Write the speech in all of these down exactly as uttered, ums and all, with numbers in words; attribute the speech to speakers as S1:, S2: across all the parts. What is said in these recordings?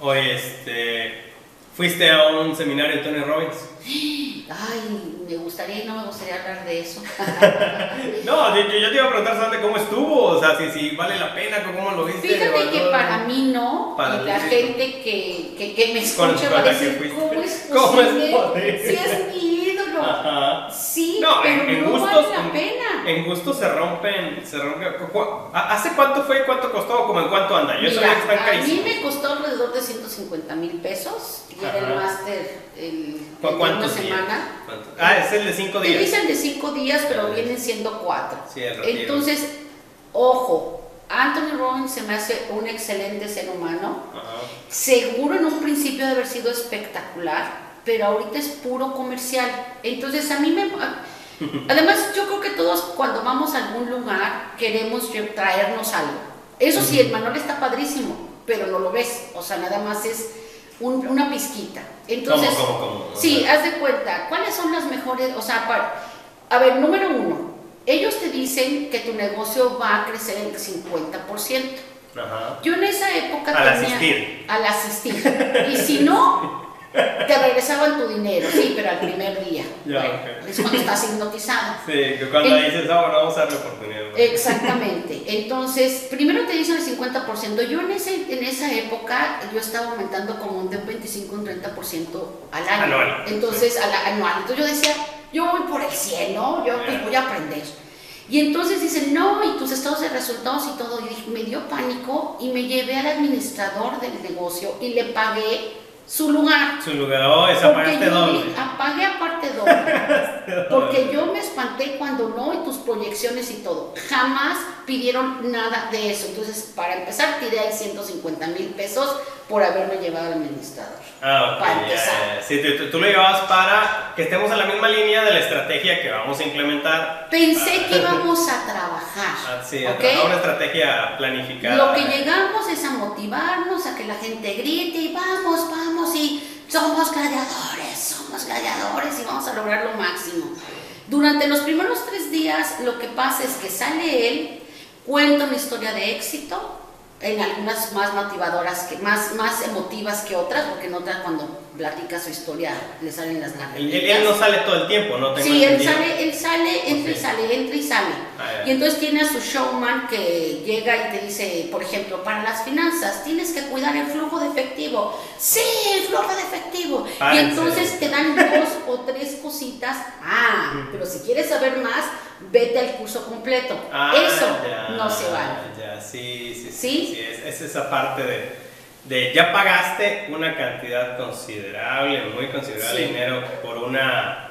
S1: Oye, este, ¿fuiste a un seminario de Tony Robbins?
S2: Ay, me gustaría y no me gustaría hablar de eso.
S1: No, yo, yo te iba a preguntar solamente cómo estuvo, o sea, si, si vale la pena, cómo lo viste.
S2: Fíjate que para mí no,
S1: para
S2: y la
S1: ti,
S2: gente que, que, que me
S1: con,
S2: escucha
S1: con
S2: va a
S1: la
S2: decir,
S1: que
S2: ¿cómo es posible?
S1: ¿Cómo es posible?
S2: Si es mi ídolo.
S1: Ajá.
S2: Sí,
S1: no,
S2: pero
S1: en, en
S2: no
S1: gustos,
S2: vale la
S1: en,
S2: pena.
S1: En gustos se rompen, se rompen. ¿Hace cuánto fue y cuánto costó? ¿Cómo en cuánto anda? Yo
S2: Mira,
S1: sabía que están
S2: a
S1: carísimos.
S2: mí me costó alrededor de ciento cincuenta mil pesos y era el máster el,
S1: ¿Por
S2: el de
S1: cuántos
S2: una
S1: días?
S2: semana.
S1: ¿Cuánto? Ah, es el de cinco
S2: Te
S1: días.
S2: dicen de cinco días, pero vienen siendo cuatro.
S1: Sí, el retiro.
S2: Entonces, ojo, Anthony Robbins se me hace un excelente ser humano.
S1: Ajá.
S2: Seguro en un principio de haber sido espectacular, pero ahorita es puro comercial. Entonces a mí me... Además yo creo que todos cuando vamos a algún lugar queremos traernos algo. Eso sí, el manual está padrísimo, pero no lo ves. O sea, nada más es un, una pizquita. Entonces,
S1: ¿Cómo, cómo, cómo?
S2: Sí,
S1: o sea,
S2: haz de cuenta, ¿cuáles son las mejores? O sea, para, a ver, número uno, ellos te dicen que tu negocio va a crecer el cincuenta por ciento.
S1: Ajá.
S2: Yo en esa época
S1: al
S2: tenía...
S1: asistir.
S2: Al asistir. Y si no, te regresaban tu dinero, sí, pero al primer día.
S1: Ya,
S2: bueno,
S1: okay.
S2: es cuando estás hipnotizado.
S1: Sí, que cuando en, dices, ah, bueno, vamos a darle oportunidad. Bueno.
S2: Exactamente. Entonces, primero te dicen el cincuenta por ciento. Yo en, ese, en esa época, yo estaba aumentando como de un veinticinco a un treinta por ciento al año.
S1: Anual.
S2: Entonces,
S1: Sí.
S2: a la, anual. Entonces yo decía, yo voy por el cien, ¿no? Yo
S1: Yeah.
S2: pues voy a aprender. Y entonces dicen, no, y tus estados de resultados y todo. Y dije, me dio pánico y me llevé al administrador del negocio y le pagué su lugar.
S1: Su lugar, oh, esa pagaste doble.
S2: Pagué aparte doble. Porque yo me espanté cuando no, y tus proyecciones y todo. Jamás pidieron nada de eso. Entonces, para empezar, tiré ahí ciento cincuenta mil pesos por haberme llevado al administrador.
S1: Ah, ok.
S2: Para empezar.
S1: Ya, ya. Sí, tú, tú lo llevabas para que estemos en la misma línea de la estrategia que vamos a implementar.
S2: Pensé
S1: ah.
S2: que íbamos a trabajar.
S1: Ah, sí, a
S2: ¿okay?
S1: trabajar una estrategia planificada.
S2: Lo que llegamos es a motivarnos, a que la gente grite y vamos, vamos y somos gladiadores, somos gladiadores y vamos a lograr lo máximo. Durante los primeros tres días lo que pasa es que sale él, cuenta una historia de éxito, en algunas más motivadoras, que, más, más emotivas que otras, porque en otras cuando platica su historia le salen las lágrimas.
S1: Él, él no sale todo el tiempo, ¿no? Tengo
S2: Sí, él
S1: entendido.
S2: sale, él sale, entra y sale, entra y sale.
S1: Ah,
S2: y entonces tiene a su showman que llega y te dice, por ejemplo, para las finanzas tienes que cuidar el flujo de efectivo. Sí, el flujo de efectivo.
S1: Ah,
S2: y
S1: ¿en
S2: entonces
S1: serio?
S2: te dan dos o tres cositas. Ah, pero si quieres saber más, vete al curso completo.
S1: Ah,
S2: Eso
S1: ya,
S2: no se vale.
S1: Ya, sí, sí, sí.
S2: ¿Sí?
S1: sí, es, es esa parte de, de ya pagaste una cantidad considerable, muy considerable de
S2: Sí.
S1: dinero por una.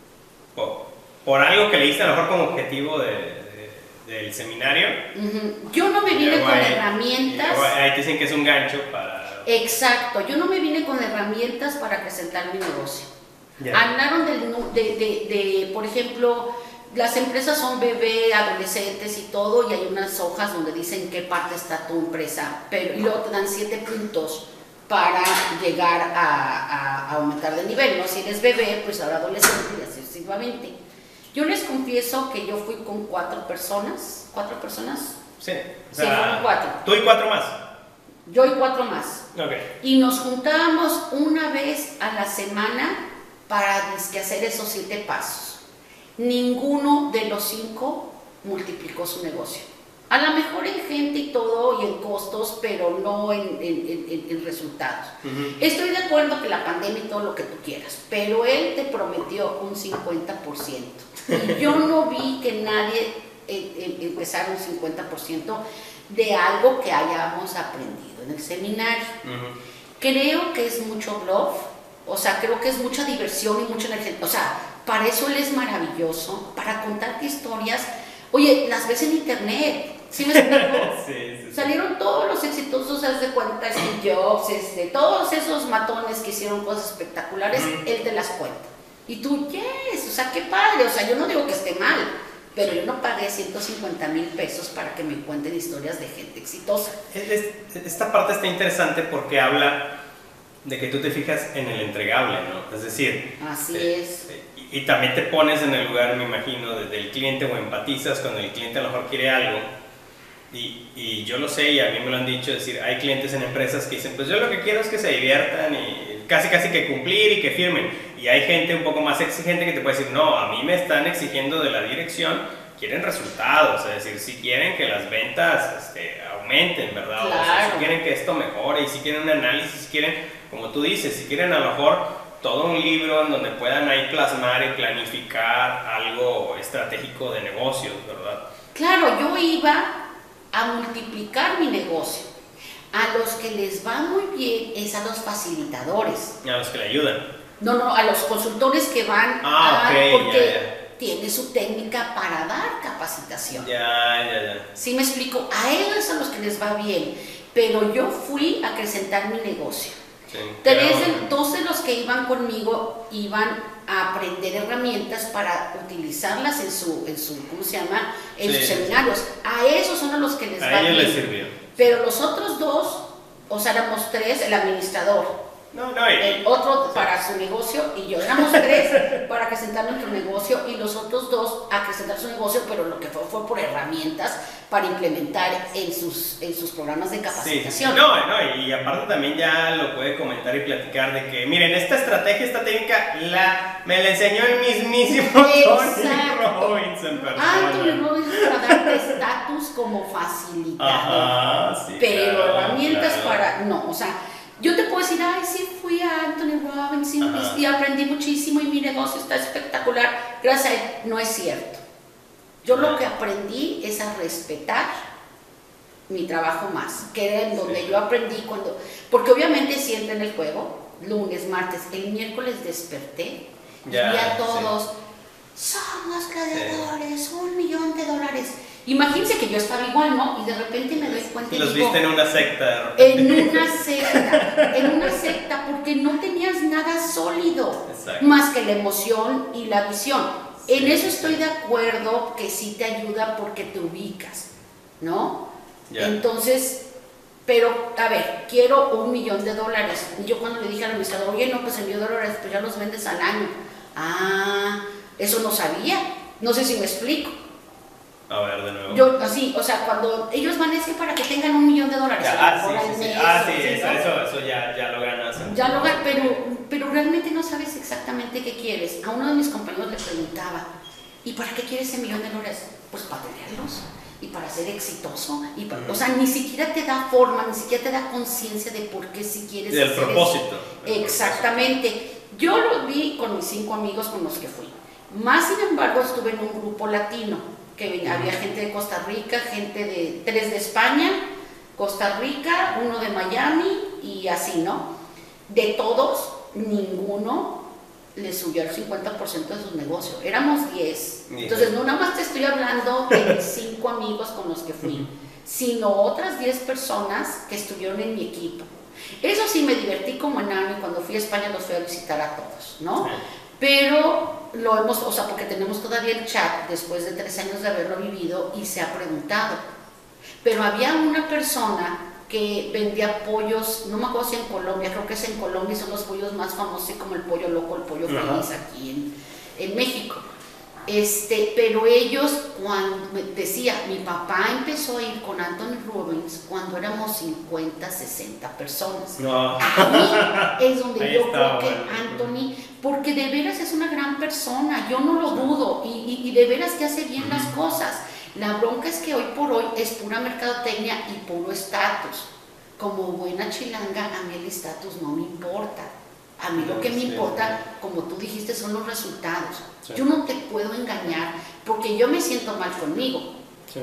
S1: Por, por algo que le diste a lo mejor como objetivo de, de- del seminario.
S2: Uh-huh. Yo no me
S1: Y
S2: vine
S1: luego
S2: con
S1: ahí-
S2: herramientas.
S1: y luego ahí te dicen que es un gancho para.
S2: Exacto, yo no me vine con herramientas para presentar mi negocio.
S1: Ya.
S2: Hablaron del nu- de, de, de, por ejemplo, las empresas son bebé, adolescentes y todo, y hay unas hojas donde dicen qué parte está tu empresa, pero y luego te dan siete puntos para llegar a, a- a aumentar de nivel, ¿no? Si eres bebé, pues ahora adolescente y así sucesivamente. Yo les confieso que yo fui con cuatro personas, cuatro personas,
S1: Sí, o
S2: Sí,
S1: sea,
S2: fueron cuatro.
S1: Tú y cuatro más.
S2: yo y cuatro más.
S1: Ok.
S2: Y nos juntábamos una vez a la semana para dizque, hacer esos siete pasos. Ninguno de los cinco multiplicó su negocio. A lo mejor en gente y todo y en costos, pero no en, en, en, en resultados.
S1: Uh-huh.
S2: Estoy de acuerdo que la pandemia y todo lo que tú quieras, pero él te prometió un cincuenta por ciento. Y yo no vi que nadie eh, eh, empezara un cincuenta por ciento de algo que hayamos aprendido en el seminario.
S1: Uh-huh.
S2: Creo que es mucho bluff, o sea, creo que es mucha diversión y mucha energía. O sea, para eso él es maravilloso, para contarte historias. Oye, las ves en internet, ¿sí me explico?
S1: Sí, sí, sí.
S2: Salieron todos los exitosos, haz de cuenta, Steve Jobs, este, todos esos matones que hicieron cosas espectaculares,
S1: Mm.
S2: él te las cuenta. Y tú, yes, o sea, qué padre, o sea, yo no digo que esté mal, pero yo no pagué ciento cincuenta mil pesos para que me cuenten historias de gente exitosa.
S1: Es- es- Esta parte está interesante porque habla de que tú te fijas en el entregable, ¿no? Es decir,
S2: Así
S1: eh,
S2: es.
S1: eh, y, y también te pones en el lugar, me imagino, de- del cliente o empatizas cuando el cliente a lo mejor quiere algo Y, y yo lo sé y a mí me lo han dicho, es decir, hay clientes en empresas que dicen, pues yo lo que quiero es que se diviertan y casi casi que cumplir y que firmen. Y hay gente un poco más exigente que te puede decir, no, a mí me están exigiendo de la dirección, quieren resultados, es decir, si quieren que las ventas este, aumenten, ¿verdad?
S2: Claro.
S1: O sea, si quieren que esto mejore y si quieren un análisis, si quieren, como tú dices, si quieren a lo mejor todo un libro en donde puedan ahí plasmar y planificar algo estratégico de negocios, ¿verdad?
S2: Claro, yo iba a multiplicar mi negocio. A los que les va muy bien es a los facilitadores.
S1: A los que le ayudan.
S2: No, no, a los consultores que van
S1: Ah,
S2: a,
S1: ok,
S2: porque
S1: ya, ya.
S2: tiene su técnica para dar capacitación.
S1: Ya, ya, ya.
S2: ¿Sí me explico? A ellos a los que les va bien, pero yo fui a acrecentar mi negocio.
S1: Sí,
S2: Tres,
S1: claro.
S2: de- dos de los que iban conmigo iban a aprender herramientas para utilizarlas en su, en su ¿cómo se llama? En
S1: Sí,
S2: sus
S1: sí.
S2: seminarios. A esos son a los que les
S1: A
S2: va
S1: ellos
S2: bien.
S1: les sirvió.
S2: Pero los otros dos, o sea, éramos tres, el administrador,
S1: No, no, y,
S2: el otro para su negocio y yo, éramos tres para acrecentar nuestro negocio y los otros dos a acrecentar su negocio, pero lo que fue fue por herramientas para implementar en sus, en sus programas de
S1: sí, sí, sí.
S2: capacitación.
S1: No, no, y aparte también ya lo puede comentar y platicar de que, miren, esta estrategia, esta técnica, la, me la enseñó el mismísimo Tony
S2: Exacto.
S1: Robbins en persona.
S2: Ah, Tony Robbins para darte estatus como facilitador.
S1: Ajá, sí,
S2: Pero
S1: claro,
S2: herramientas
S1: claro.
S2: para, no, o sea, yo te puedo decir, ay, sí, fui a Anthony Robbins y,
S1: Ajá.
S2: y aprendí muchísimo y mi negocio está espectacular, gracias a él. No es cierto. Yo lo que aprendí es a respetar mi trabajo más, que era en donde
S1: Sí.
S2: yo aprendí cuando, porque obviamente si entra en el juego, lunes, martes, el miércoles desperté
S1: Ya,
S2: y vi a
S1: sí.
S2: todos, somos gladiadores, un millón de dólares. Imagínense que yo estaba igual, ¿no? Y de repente me doy cuenta
S1: Y
S2: y
S1: los
S2: digo,
S1: viste en una secta. de repente.
S2: en una secta, en una secta, porque no tenías nada sólido,
S1: Exacto.
S2: más que la emoción y la visión. En
S1: Sí,
S2: eso
S1: sí,
S2: estoy
S1: sí.
S2: de acuerdo que sí te ayuda porque te ubicas, ¿no?
S1: Ya.
S2: Entonces, pero, a ver, quiero un millón de dólares. Y yo cuando le dije al administrador, oye, no, pues el millón de dólares, pues ya los vendes al año. Ah, eso no sabía, no sé si me explico.
S1: A ver, de nuevo.
S2: Yo, así, o sea, cuando ellos van es que para que tengan un millón de dólares.
S1: Ya,
S2: a lo
S1: ah,
S2: mejor
S1: sí,
S2: al
S1: sí, sí.
S2: mes,
S1: Ah, sí,
S2: ¿sí,
S1: eso,
S2: no?
S1: eso, eso ya, ya lo ganas.
S2: Ya lo gan- pero, pero realmente no sabes exactamente qué quieres. A uno de mis compañeros le preguntaba, ¿y para qué quieres ese millón de dólares? Pues para tenerlos y para ser exitoso. Y para-
S1: Ujú.
S2: O sea, ni siquiera te da forma, ni siquiera te da conciencia de por qué si quieres
S1: Del
S2: hacer
S1: propósito.
S2: eso. Exactamente. Yo lo vi con mis cinco amigos con los que fui. Más sin embargo, estuve en un grupo latino, que venía- había gente de Costa Rica, gente de tres de España, Costa Rica, uno de Miami y así, ¿no? De todos, ninguno le subió el cincuenta por ciento de sus negocios. Éramos diez.
S1: Híjole.
S2: Entonces, no nada más te estoy hablando de mis cinco amigos con los que fui, sino otras diez personas que estuvieron en mi equipo. Eso sí, me divertí como enano y cuando fui a España los fui a visitar a todos, ¿no?
S1: Sí.
S2: Pero lo hemos, o sea, porque tenemos todavía el chat después de tres años de haberlo vivido y se ha preguntado. Pero había una persona que vendía pollos, no me acuerdo si en Colombia, creo que es en Colombia y son los pollos más famosos como el pollo loco, el pollo
S1: Ajá.
S2: feliz aquí en, en México. Este, pero ellos, cuando me decía, mi papá empezó a ir con Anthony Robbins cuando éramos cincuenta, sesenta personas.
S1: No.
S2: Ahí es donde
S1: Ahí
S2: yo
S1: está,
S2: creo que
S1: bueno.
S2: Anthony, porque de veras es una gran persona, yo no lo dudo, y, y, y de veras que hace bien las cosas. La bronca es que hoy por hoy es pura mercadotecnia y puro estatus. Como buena chilanga, a mí el estatus no me importa. A mí lo que me
S1: Sí.
S2: importa, como tú dijiste, son los resultados.
S1: Sí.
S2: Yo no te puedo engañar porque yo me siento mal conmigo.
S1: Sí.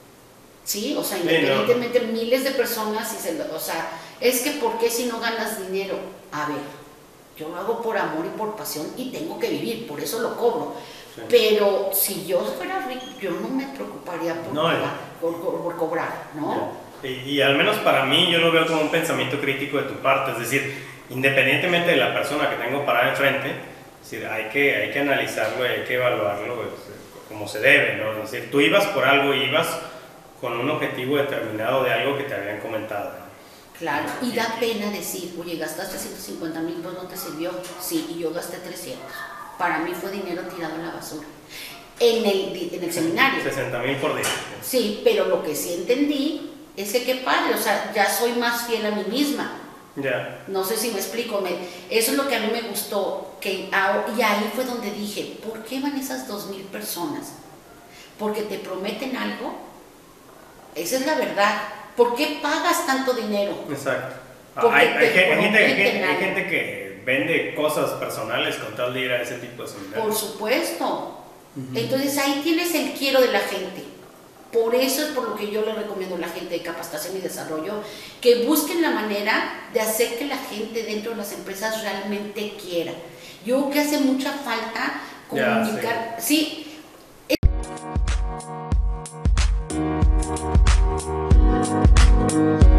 S2: Sí, o sea,
S1: Sí,
S2: independientemente miles de personas, y se lo- o sea, es que ¿por qué si no ganas dinero? A ver, yo lo hago por amor y por pasión y tengo que vivir, por eso lo cobro.
S1: Sí.
S2: Pero si yo fuera rico, yo no me preocuparía por,
S1: No,
S2: cobrar,
S1: ya.
S2: por, por- por cobrar, ¿no?
S1: Y, y al menos para mí yo lo veo como un pensamiento crítico de tu parte, es decir, independientemente de la persona que tengo parada enfrente, es decir, hay que, hay que analizarlo y hay que evaluarlo pues, como se debe, ¿no? Es decir, tú ibas por algo, ibas con un objetivo determinado de algo que te habían comentado.
S2: Claro, y da pena decir, oye, gastaste ciento cincuenta mil, pues no te sirvió. Sí, y yo gasté trescientos. Para mí fue dinero tirado en la basura. en el, en el seminario.
S1: sesenta mil por día.
S2: Sí, pero lo que sí entendí es que qué padre, o sea, ya soy más fiel a mí misma.
S1: Ya.
S2: No sé si me explico, me, eso es lo que a mí me gustó, que, y ahí fue donde dije, ¿por qué van esas dos mil personas? ¿Porque te prometen algo? Esa es la verdad. ¿Por qué pagas tanto dinero?
S1: Exacto.
S2: Porque
S1: Hay, hay,
S2: te
S1: gente, hay, gente, hay,
S2: prometen
S1: gente, hay
S2: algo.
S1: gente que vende cosas personales con tal de ir a ese tipo de seminarios.
S2: Por supuesto.
S1: Ujú.
S2: Entonces ahí tienes el quiero de la gente. Por eso es por lo que yo le recomiendo a la gente de capacitación y desarrollo que busquen la manera de hacer que la gente dentro de las empresas realmente quiera. Yo creo que hace mucha falta comunicar.
S1: Ya,
S2: sí. sí